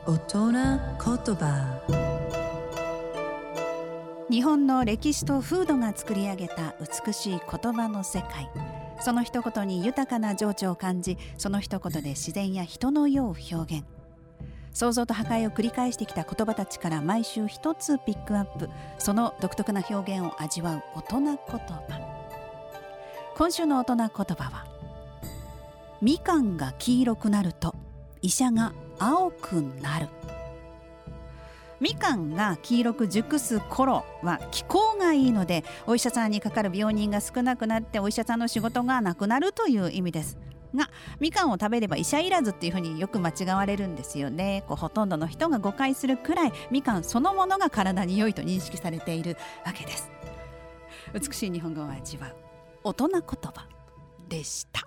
大人言葉。 日本の歴史と風土が作り上げた美しい言葉の世界。その一言に豊かな情緒を感じ、その一言で自然や人の世を表現。創造と破壊を繰り返してきた言葉たちから毎週一つピックアップ、その独特な表現を味わう大人言葉。今週の大人言葉は、みかんが黄色くなると医者が青くなる。みかんが黄色く熟す頃は気候がいいので、お医者さんにかかる病人が少なくなってお医者さんの仕事がなくなるという意味ですが、みかんを食べれば医者いらずっていうふうによく間違われるんですよね。ほとんどの人が誤解するくらいみかんそのものが体に良いと認識されているわけです。美しい日本語を味わう大人言葉でした。